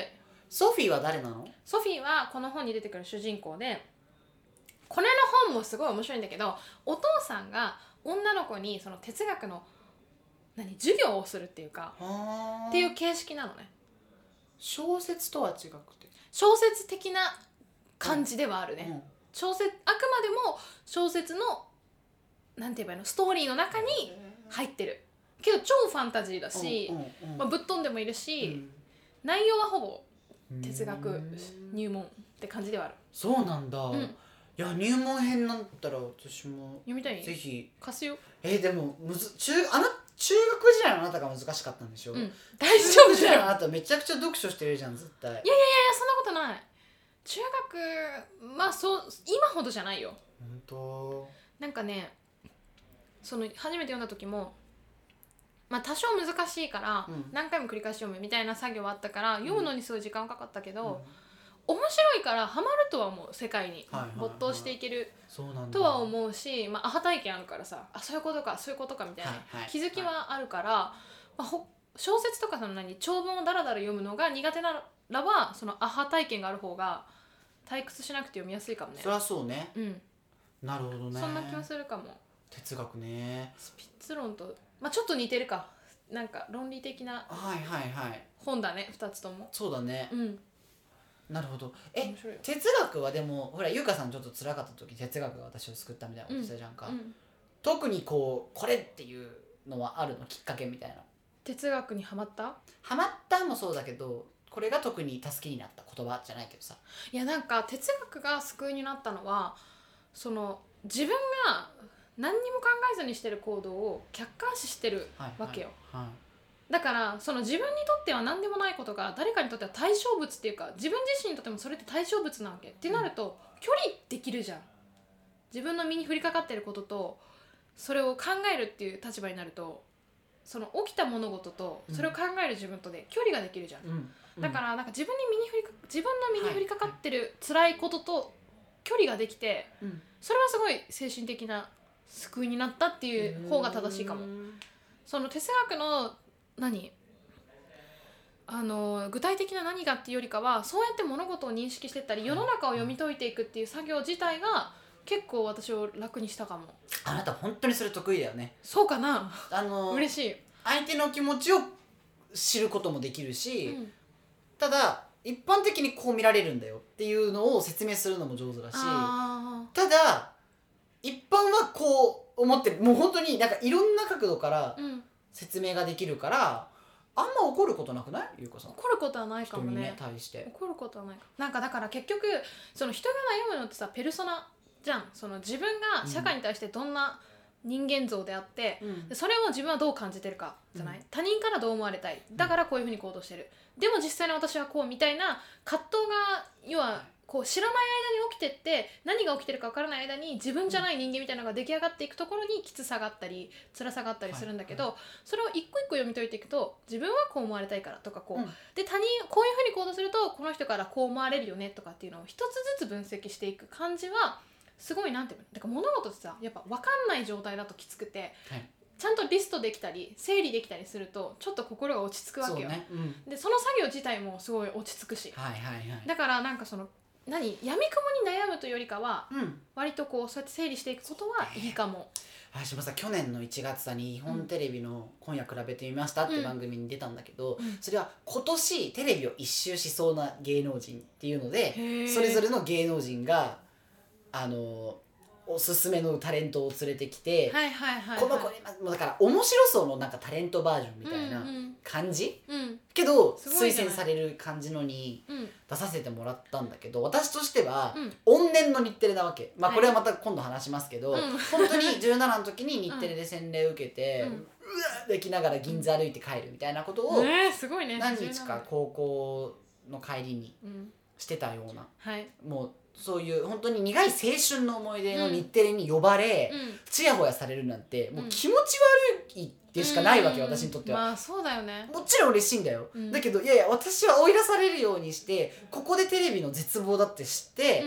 ソフィーは誰なの？ ソフィーはこの本に出てくる主人公で、これの本もすごい面白いんだけど、お父さんが女の子にその哲学の授業をするっていうかっていう形式なのね。 小説とは違くて小説的な感じではあるね、 うん、 小説、あくまでも小説のなんて言えばいいの、ストーリーの中に入ってるけど超ファンタジーだし、ぶっ飛んでもいるし、内容はほぼ哲学入門って感じではある。 そうなんだ、いや入門編なんだったら私も読みたい？ ぜひ貸すよ。 でも中学時代のあなたが難しかったんでしょ、 大丈夫だよ。 あなためちゃくちゃ読書してるじゃん絶対。いやそんなことない。中学そう今ほどじゃないよ。 本当。 なんかね、その初めて読んだ時も多少難しいから、何回も繰り返し読むみたいな作業はあったから、読むのにすごい時間かかったけど、面白いからハマるとは思う。世界に没頭していけるとは思うし、アハ体験あるからさ、そういうことかそういうことかみたいな気づきはあるから、小説とか長文をダラダラ読むのが苦手ならば、そのアハ体験がある方が退屈しなくて読みやすいかもね。 そりゃそうね。なるほどね。 そんな気はするかも。 哲学ね。 スピッツ論とちょっと似てるか。なんか論理的な本だね、2つとも。 そうだね。なるほど。哲学はでもほら優香さんちょっと辛かった時哲学が私を救ったみたいなことしたじゃんか、特にこれっていうのはあるの？きっかけみたいな。 哲学にハマったもそうだけど、これが特に助けになった言葉じゃないけどさ。 いやなんか哲学が救いになったのは、その自分が何にも考えずにしてる行動を客観視してるわけよ、だからその自分にとっては何でもないことが誰かにとっては対象物っていうか、自分自身にとってもそれって対象物なわけってなると、距離できるじゃん。自分の身に降りかかってることとそれを考えるっていう立場になると、その起きた物事とそれを考える自分とで距離ができるじゃん、だからなんか自分の身に降りかかってる辛いことと距離ができて、それはすごい精神的な救いになったっていう方が正しいかも。その哲学の具体的な何がっていうよりかは、そうやって物事を認識してったり世の中を読み解いていくっていう作業自体が結構私を楽にしたかも。 あなた本当にそれ得意だよね。 そうかな。嬉しい。 相手の気持ちを知ることもできるし、ただ一般的にこう見られるんだよっていうのを説明するのも上手だし、ただ一般はこう思ってる、もう本当になんかいろんな角度から説明ができるから、あんま怒ることなくない？ゆうかさん。 怒ることはないかもね。 人にね対して怒ることはないか。なんかだから結局その人が悩むのってさ、ペルソナじゃん。その自分が社会に対してどんな人間像であって、それを自分はどう感じてるかじゃない、他人からどう思われたい、だからこういうふうに行動してる、でも実際に私はこうみたいな葛藤が、要はこう知らない間に起きてって、何が起きてるか分からない間に自分じゃない人間みたいなのが出来上がっていくところにきつさがあったり辛さがあったりするんだけど、それを一個一個読み解いていくと、自分はこう思われたいからとかで他人こういうふうに行動するとこの人からこう思われるよねとかっていうのを一つずつ分析していく感じはすごい、なんていうの、だから物事ってさ、やっぱ分かんない状態だときつくて、ちゃんとリストできたり整理できたりするとちょっと心が落ち着くわけよ。でその作業自体もすごい落ち着くし、だからなんかその闇雲に悩むというよりかは、割とこうそうやって整理していくことはいいかも。 私もさ去年の1月に日本テレビの「今夜比べてみました」って番組に出たんだけど、それは今年テレビを一周しそうな芸能人っていうので、それぞれの芸能人がおすすめのタレントを連れてきて、この子にだから面白そうのなんかタレントバージョンみたいな感じ、けど推薦される感じのに出させてもらったんだけど、私としては怨念の日テレなわけ。これはまた今度話しますけど、本当に17の時に日テレで洗礼を受けて、うわーできながら銀座歩いて帰るみたいなことを何日か高校の帰りにしてたような、もうそういう本当に苦い青春の思い出の日テレに呼ばれ、ちやほやされるなんてもう気持ち悪いでしかないわけ、私にとっては。 そうだよね。 もちろん嬉しいんだよ、だけどいやいや私は追い出されるようにして、ここでテレビの絶望だって知って、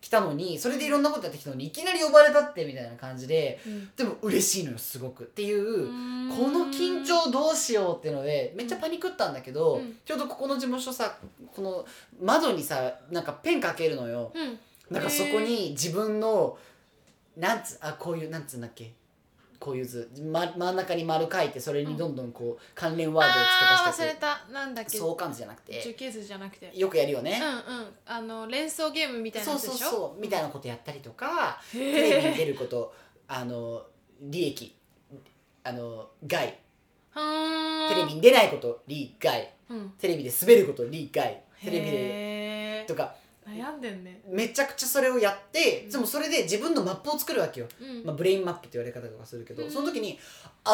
きたのにそれでいろんなことやってきたのにいきなり呼ばれたってみたいな感じで、でも嬉しいのよすごくっていう、この緊張どうしようっていうのでめっちゃパニクったんだけど、ちょうどここの事務所さこの窓にさなんかペンかけるのよ、なんかそこに自分のこういうなんつうんだっけこういう図、真ん中に丸書いてそれにどんどんこう関連ワードを付け足して忘れたなんだっけ相関図じゃなくて樹形図じゃなくてよくやるよね、 連想ゲームみたいなやつでしょ。 そうみたいなことやったりとか、テレビに出ること利益害テレビに出ないこと利害、テレビで滑ること利害テレビでとか悩んでんね。 めちゃくちゃそれをやって、でもそれで自分のマップを作るわけよ、ブレインマップって言われ方とかするけど、その時に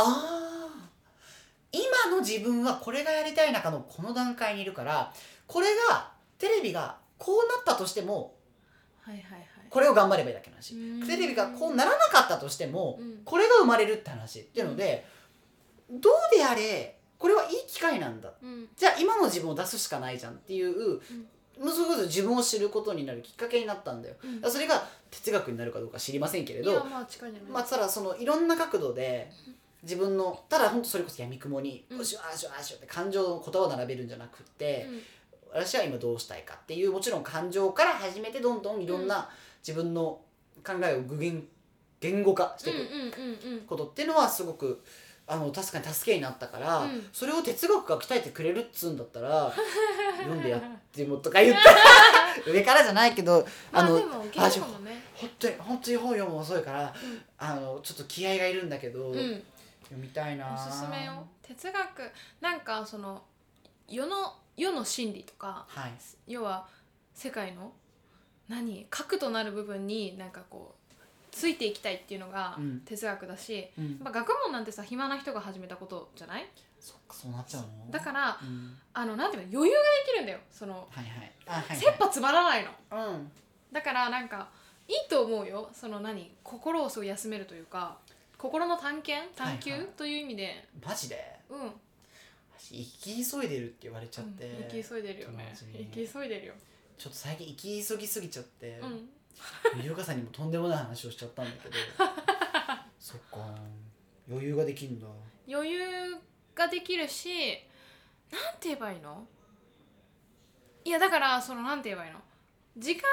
今の自分はこれがやりたい中のこの段階にいるから、これがテレビがこうなったとしても、これを頑張ればいいだけの話、テレビがこうならなかったとしても、これが生まれるって話っていうので、どうであれこれはいい機会なんだ、じゃあ今の自分を出すしかないじゃんっていう、そういうことで自分を知ることになるきっかけになったんだよ、それが哲学になるかどうか知りませんけれど、ただそのいろんな角度で自分のただ本当それこそ闇雲に「よしよしよしよ」って感情の言葉を並べるんじゃなくって、私は今どうしたいかっていうもちろん感情から始めてどんどんいろんな自分の考えを言語化していくことっていうのはすごく確かに助けになったから、それを哲学が鍛えてくれるっつうんだったら読んでやってもとか言ったら上からじゃないけどでもいけるかもね。 本当に本読むの遅いから、ちょっと気合がいるんだけど、読みたいな。 おすすめよ。哲学なんかその世の真理とか、要は世界の核となる部分になんかこうついていきたいっていうのが哲学だし、学問なんてさ暇な人が始めたことじゃない？ そっか、そうなっちゃうの？ だから、なんていうの、余裕ができるんだよ。その、切羽詰まらないの。だからなんかいいと思うよ。その心をすごい休めるというか、心の探求という意味で。 マジで？生き急いでるって言われちゃって。 生き急いでるよね。生き急いでるよ。 ちょっと最近生き急ぎすぎちゃって。ゆうかさんにもとんでもない話をしちゃったんだけどそっか、余裕ができるんだ。 余裕ができるし、なんて言えばいいの？いやだからそのなんて言えばいいの？時間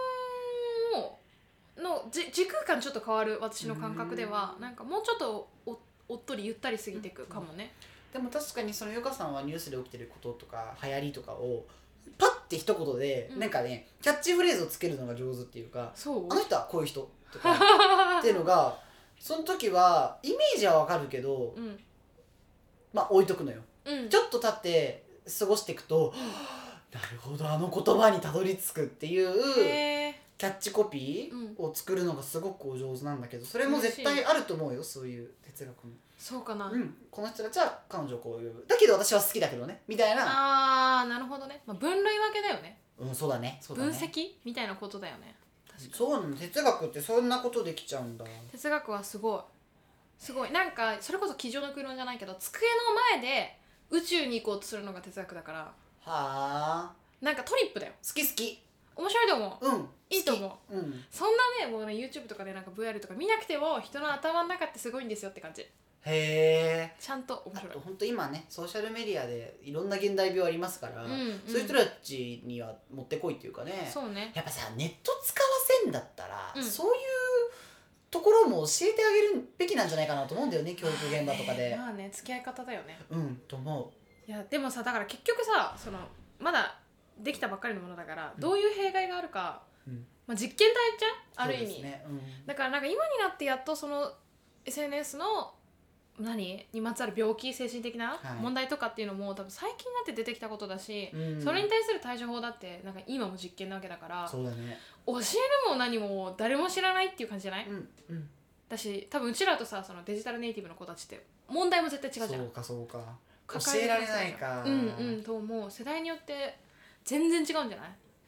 の時空間ちょっと変わる私の感覚では、なんかもうちょっと おっとりゆったり過ぎていくかもね。 でも確かにそのゆかさんはニュースで起きてることとか流行りとかをパッて一言で、なんかねキャッチフレーズをつけるのが上手っていうか、あの人はこういう人とかっていうのがその時はイメージはわかるけど、置いとくのよ、ちょっと経って過ごしていくとなるほどあの言葉にたどり着くっていうキャッチコピーを作るのがすごくお上手なんだけど、それも絶対あると思うよ、そういう哲学も。 そうかな、 この人たちは彼女をこういうだけど私は好きだけどねみたいな。 なるほどね、分類分けだよね。 そうだね。 分析みたいなことだよね。 そうなの、哲学ってそんなことできちゃうんだ。 哲学はすごいなんかそれこそ机上の空論じゃないけど、机の前で宇宙に行こうとするのが哲学だから。なんかトリップだよ。 好き面白いと思う。いいと思う。そんなねもうね YouTube とかでなんか VR とか見なくても人の頭の中ってすごいんですよって感じ。ちゃんと面白い。 あと本当今ねソーシャルメディアでいろんな現代病ありますから、そういう人たちには持ってこいっていうかね。 そうね。 やっぱさネット使わせんだったら、そういうところも教えてあげるべきなんじゃないかなと思うんだよね、教育現場とかで。 まあね、付き合い方だよね。 と思う。いやでもさ、だから結局さ、そのまだできたばっかりのものだから、どういう弊害があるか、実験体じゃん、ある意味。だからなんか今になってやっとその SNS のにまつわる病気、精神的な問題とかっていうのも多分最近になって出てきたことだし、それに対する対処法だってなんか今も実験なわけだから、 そうだね、 教えるも何も誰も知らないっていう感じじゃない？だし多分うちらとさ、そのデジタルネイティブの子たちって問題も絶対違うじゃん。 そうか教えられないか。 と思う。世代によって全然違うんじゃない？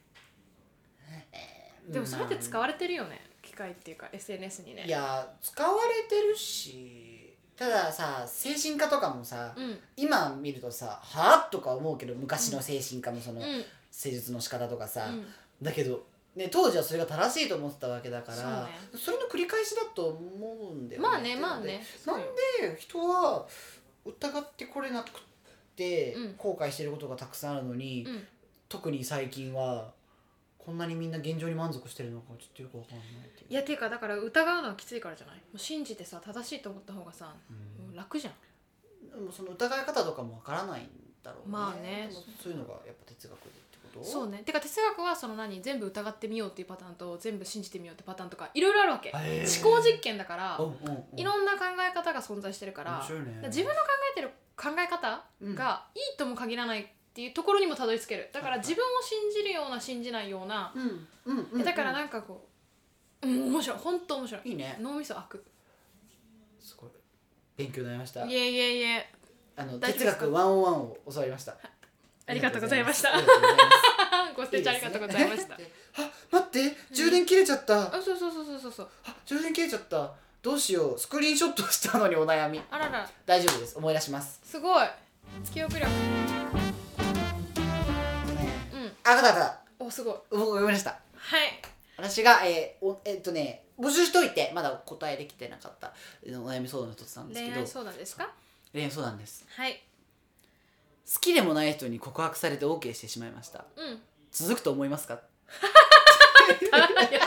でもそれって使われてるよね、機械っていうか SNS にね。 いや使われてるし、たださ精神科とかもさ、今見るとさはぁとか思うけど、昔の精神科のその施術の仕方とかさ、だけどね、当時はそれが正しいと思ってたわけだから それの繰り返しだと思うんだよね。 まあねまあね。 なんで人は疑ってこれなくて後悔してることがたくさんあるのに、特に最近はこんなにみんな現状に満足してるのかちょっとよくわかんないっていう。 いやていうかだから疑うのはきついからじゃない。もう信じてさ正しいと思った方がさ、楽じゃん。 でもその疑い方とかもわからないんだろうね。 まあね。 そういうのがやっぱ哲学でってこと？ そうね。てか哲学はその全部疑ってみようっていうパターンと全部信じてみようってパターンとかいろいろあるわけ。思考実験だから、いろんな考え方が存在してるから、自分の考えてる考え方がいいとも限らないっていうところにもたどり着ける。だから自分を信じるような信じないような、だからなんかこう、面白い、本当面白い。 いいね。 脳みそ開く。 すごい勉強になりました。 いえ哲学101を教わりました。 ありがとうございました。ご清聴ありがとうございました。 あ、待って、充電切れちゃった。 そう。 充電切れちゃった。どうしよう。スクリーンショットしたのにお悩み。 あらら。 大丈夫です。思い出します。 すごい。記憶力。 あ、わかった。 お、すごい。 僕読みました。 はい。 私が募集しといてまだ答えできてなかったお悩み相談の一つなんですけど。 恋愛相談ですか？ 恋愛相談です。 はい。 好きでもない人に告白されて OK してしまいました。続くと思いますか？ やばい。好きで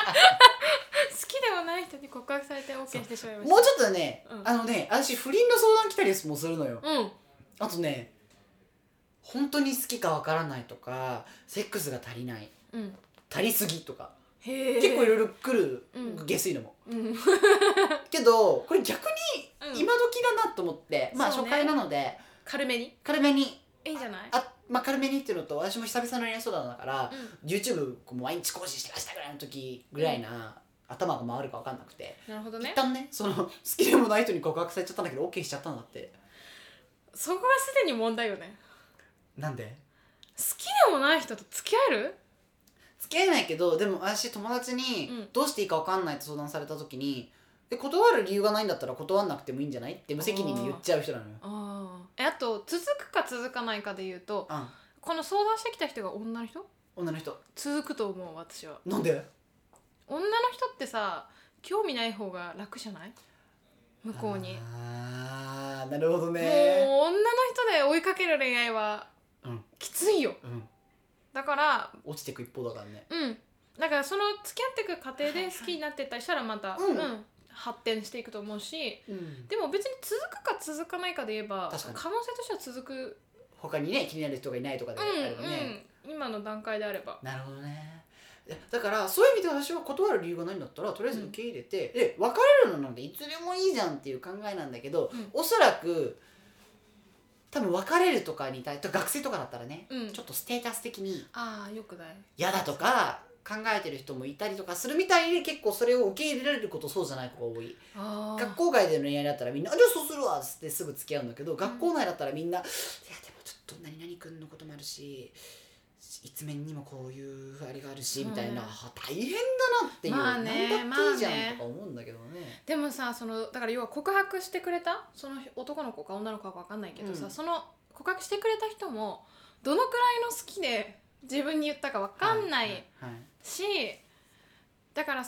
もない人に告白されて OK してしまいました。 もうちょっとね、私不倫の相談来たりもするのよ。あとね、本当に好きかわからないとか、セックスが足りない、足りすぎとか結構いろいろ来る、下水のも、けどこれ逆に今時だなと思って、まあ初回なので軽めにいいんじゃない？ 軽めにっていうのと、私も久々の恋愛相談だから、YouTube 毎日更新してましたぐらいの時ぐらいな、頭が回るか分かんなくて、 なるほどね。 一旦ね、その好きでもない人に告白されちゃったんだけど OK しちゃったんだって。 そこがすでに問題よね。 なんで？ 好きでもない人と付き合える？ 付き合えないけど、でも私友達にどうしていいか分かんないって相談された時に、断る理由がないんだったら断んなくてもいいんじゃないって無責任に言っちゃう人なのよ。 あと続くか続かないかで言うと、この相談してきた人が女の人続くと思う。私は。 なんで？ 女の人ってさ、興味ない方が楽じゃない？向こうに。 あー、なるほどね。 もう女の人で追いかける恋愛はきついよ、だから落ちていく一方だからね。 だからその付き合っていく過程で好きになってったりしたらまた、発展していくと思うし、でも別に続くか続かないかで言えば可能性としては続く。 他にね、気になる人がいないとかであればね、 今の段階であれば。 なるほどね。だからそういう意味で私は断る理由がないんだったらとりあえず受け入れて、で別れるのなんていつでもいいじゃんっていう考えなんだけど、おそらく多分別れるとかに対して学生とかだったらね、ちょっとステータス的によくない嫌だとか考えてる人もいたりとかするみたいで、結構それを受け入れられることそうじゃない子が多い。学校外での恋愛だったらみんな「じゃあそうするわ」っつってすぐ付き合うんだけど、学校内だったらみんな「いやでもちょっと何々くんのこともあるし一面にもこういうあれがあるし」みたいな、大変だなっていう、なんだっていいじゃんとか思うんだけどね。 でもさ、だから要は告白してくれたその男の子か女の子か分かんないけどさ、その告白してくれた人もどのくらいの好きで自分に言ったか分かんないし、だから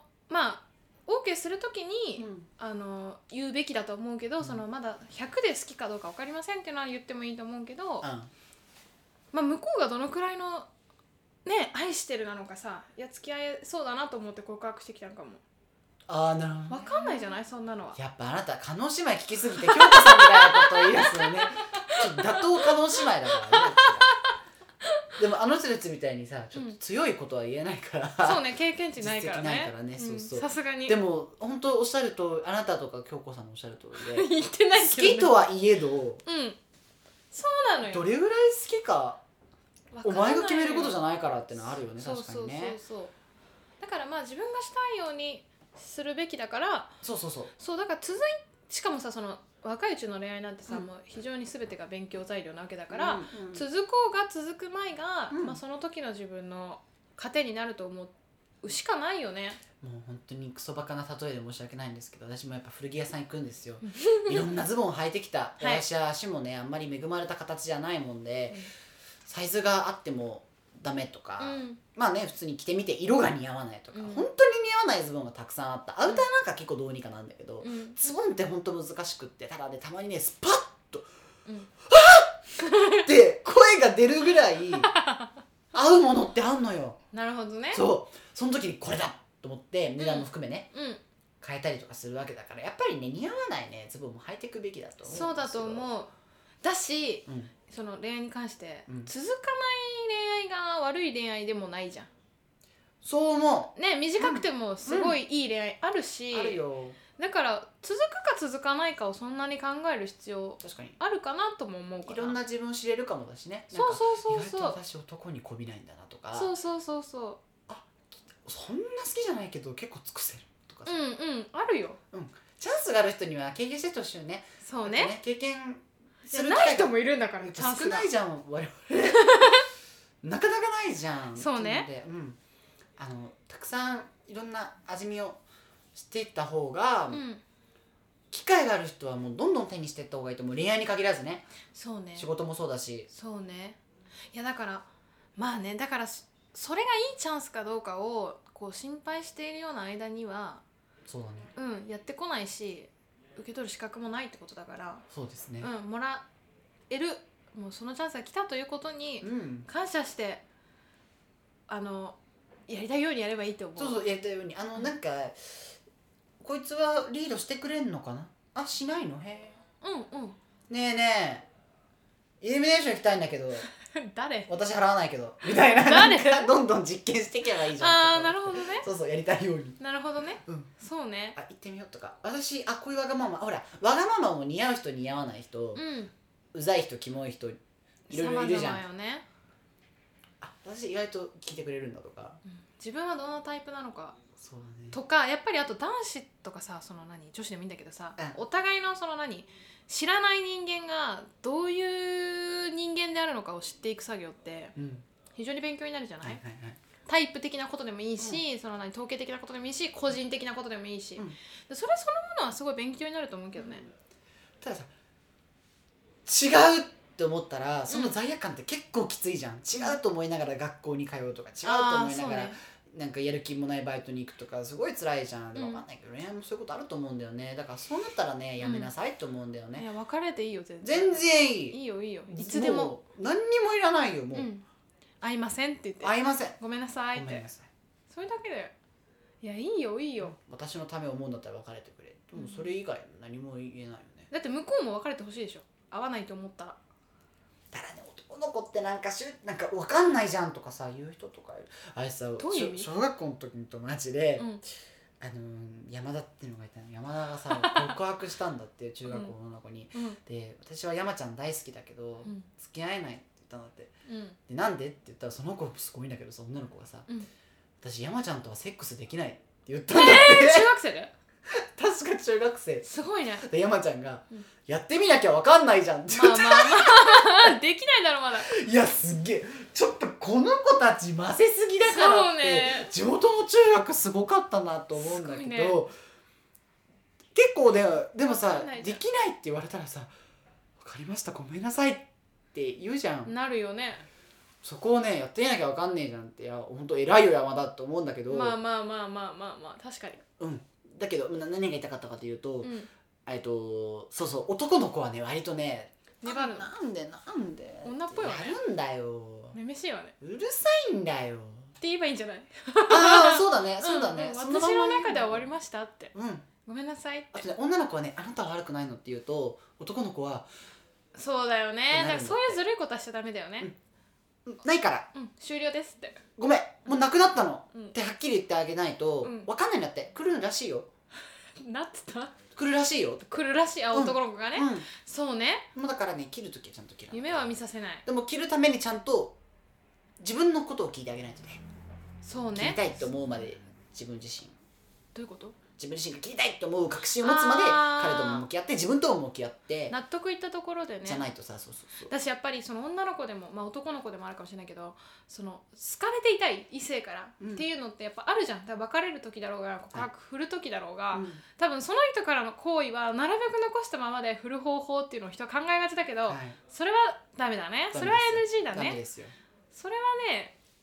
OK するときに、言うべきだと思うけど、まだ100で好きかどうか分かりませんっていうのは言ってもいいと思うけど、向こうがどのくらいのね愛してるなのかさ、いや付き合えそうだなと思って告白してきたのかも。 なるほど、 分かんないじゃない、そんなのは。 やっぱあなた叶姉妹聞きすぎて京子さんみたいなことを言い出すよね。ちょっと打倒叶姉妹だからね。でもあの人たちみたいにさ、ちょっと強いことは言えないから、 そうね、経験値ないからね。 実績ないからね、そうさすがに。 でも本当おっしゃると、あなたとか京子さんのおっしゃる通りで言ってないけど、 好きとはいえど、 そうなのよ。 どれぐらい好きかお前が決めることじゃないからってのはあるよね。確かにね。 だから自分がしたいようにするべきだから、そうだからしかもさ、その若いうちの恋愛なんてさ、もう非常に全てが勉強材料なわけだから、続こうが続く前が、その時の自分の糧になると思うしかないよね。 もう本当にクソバカな例えで申し訳ないんですけど、私もやっぱ古着屋さん行くんですよ。いろんなズボンを履いてきた。私は足もねあんまり恵まれた形じゃないもんで、サイズがあってもダメとか、 うんまあね普通に着てみて色が似合わないとか、 うん本当に似合わないズボンがたくさんあった。アウターなんか結構どうにかなんだけど、ズボンって本当難しくって、ただねたまにねスパッとうんはっって声が出るぐらい合うものってあんのよ。 なるほどね。 その時にこれだと思って値段も含めね、 うん変えたりとかするわけだから、やっぱりね似合わないねズボンも履いていくべきだと思うんですよ。 そうだと思う。だし、 うんその恋愛に関して、 うん続かない恋愛が悪い恋愛でもないじゃんそう思ね。短くてもすごいいい恋愛あるし、 う。あるよ。 だから続くか続かないかをそんなに考える必要確かにあるかなとも思うから、 いろんな自分を知れるかもだしね。 そうそうそうそう、 意外と私男に媚びないんだなとか、 そうそうそうそそんな好きじゃないけど結構尽くせるとかさ、 う、うんうんあるよ。 チャンスがある人には経験してってほしいよね。 そうね。 経験するない人もいるんだからチャンスが少ないじゃん我々なかなかないじゃん。 そうね。 で、たくさんいろんな味見をしていった方が、 うん機会がある人はもうどんどん手にしていった方がいいと思う。恋愛に限らずね、 そうね仕事もそうだし。 そうね。いやだからまあね、だからそれがいいチャンスかどうかをこう心配しているような間にはそうだね。 やってこないし受け取る資格もないってことだから、 そうですね。 もらえる、もうそのチャンスが来たということに感謝してやりたいようにやればいいと思う。 そうやりたいようになんかこいつはリードしてくれんのかな、あしないの、へうんねえねえイルミネーション行きたいんだけど誰私払わないけどみたいな、 誰なんかどんどん実験していけばいいじゃん。 ああなるほどね。 そうやりたいように。 なるほどね。そうね。 行ってみようとか、私こういうわがまま、ほらわがままも似合う人似合わない人、うざい人キモい人いろいろいるじゃん。 様々よね。 私意外と聞いてくれるんだとか、 自分はどんなタイプなのかそうだねとか、やっぱりあと男子とかさ、女子でもいいんだけどさ、お互いの知らない人間がどういう人間であるのかを知っていく作業って非常に勉強になるじゃない、タイプ的なことでもいいし、統計的なことでもいいし、個人的なことでもいいし、それそのものはすごい勉強になると思うけどね。 たださ、違うって思ったらその罪悪感って結構きついじゃん。違うと思いながら学校に通うとか、違うと思いながらなんかやる気もないバイトに行くとかすごい辛いじゃん。分かんないけど恋愛もそういうことあると思うんだよね。だからそうなったらねやめなさいと思うんだよね。 いや別れていいよ全然いい。 いいよいいよ、いつでも何にもいらないよもう、 会いませんって言って、 会いませんごめんなさいって、それだけでいやいいよいいよ、 私のため思うんだったら別れてくれ。でもそれ以外何も言えないよね。 だって向こうも別れてほしいでしょ、会わないと思ったら。 だからね、男の子ってなんか分かんないじゃんとかさ言う人とかいる。あれさ、小学校の時の友達で、山田っていうのがいたの。山田がさ告白したんだって中学校の女の子に、で私は山ちゃん大好きだけど、付き合えないって言ったんだって、でなんでって言ったらその子すごいんだけどさ、女の子がさ、私山ちゃんとはセックスできないって言ったんだって、 中学生で確か中学生すごいね。 で山ちゃんが、やってみなきゃ分かんないじゃんって言って、できないだろまだ。 いやすげえ、ちょっとこの子たちませすぎだからって、地元の中学すごかったなと思うんだけど、結構でもさできないって言われたらさ、分かりましたごめんなさいって言うじゃん。 なるよね。 そこをねやってみなきゃ分かんねえじゃんって、いや本当偉いよ山田って思うんだけど、 まあ確かに。 だけど何が言いたかったかというと、そう男の子はね割とね粘る。 なんで女っぽいわね。 やるんだよ。 めめしいわね。 うるさいんだよって言えばいいんじゃない？ ああそうだねそうだね。 私の中では終わりましたって。ごめんなさいって。 あとね、女の子はねあなたは悪くないのって言うと、男の子はそうだよね。だからそういうずるいことはしちゃダメだよね。 ないから、 終了ですって、 ごめんもうなくなったの、ってはっきり言ってあげないと、分かんないんだって。来るらしいよ。 なってた？ 来るらしいよ。 来るらしい。男の子がね、そうね。 もうだからね切るときはちゃんと切らない。 夢は見させない。 でも切るためにちゃんと自分のことを聞いてあげないとね。 そうね。 切りたいって思うまで自分自身。 どういうこと？ 自分自身が切りたいと思う確信を持つまで彼とも向き合って、自分とも向き合って納得いったところでね。 じゃないとさ、そう私やっぱりその女の子でも、男の子でもあるかもしれないけど、その好かれていたい異性から、っていうのってやっぱあるじゃん。だから別れる時だろうが告白振る時だろうが、多分その人からの行為はなるべく残したままで振る方法っていうのを人は考えがちだけど、それはダメだね。それは NG だね。 ダメですよ。 それはね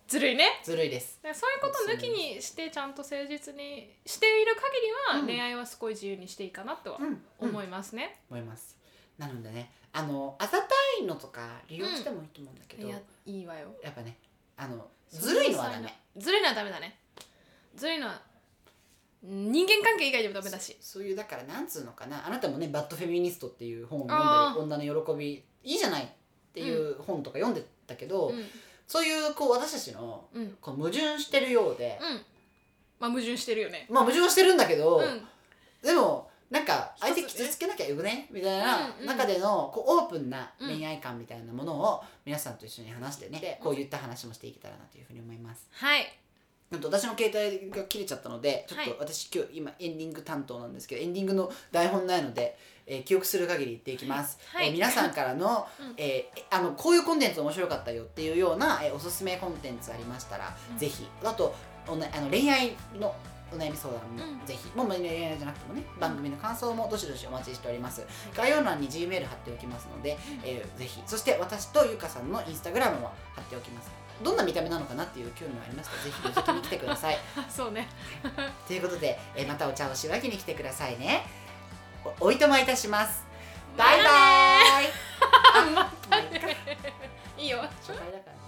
ずるいね。 ずるいです。 そういうこと抜きにしてちゃんと誠実にしている限りは、恋愛はすごい自由にしていいかなとは思いますね。 思います。なのでね、あざたいのとか利用してもいいと思うんだけど、 いやいいわよ。 やっぱね、ずるいのはダメ。 ずるいのはダメだね。ずるいのは人間関係以外でもダメだし。 そういうだからなんつうのかな、あなたもねバッドフェミニストっていう本を読んだり、女の喜びいいじゃないっていう本とか読んでたけど、そういうこう私たちのこう矛盾してるようで、 まあ矛盾してるよね。 まあ矛盾はしてるんだけど、でもなんか相手傷つけなきゃよくねみたいな中でのこうオープンな恋愛観みたいなものを皆さんと一緒に話してね、こういった話もしていけたらなというふうに思います。 はい。 私の携帯が切れちゃったので、ちょっと私今日今エンディング担当なんですけど、エンディングの台本ないので、記憶する限り言っていきます。皆さんからの、こういうコンテンツ面白かったよっていうような、おすすめコンテンツありましたら、ぜひ、あと恋愛のお悩み相談もぜひ、もう恋愛じゃなくてもね、番組の感想もどしどしお待ちしております。概要欄に Gmail 貼っておきますので、ぜひ、そして私とゆかさんのインスタグラムも貼っておきます。どんな見た目なのかなっていう興味がありますので、ぜひ覗きに来てください。 そうね。 ということで、またお茶をしわけに来てくださいね。おいとまいたします。バイバイ。 またね。いいよ。 初回だからね。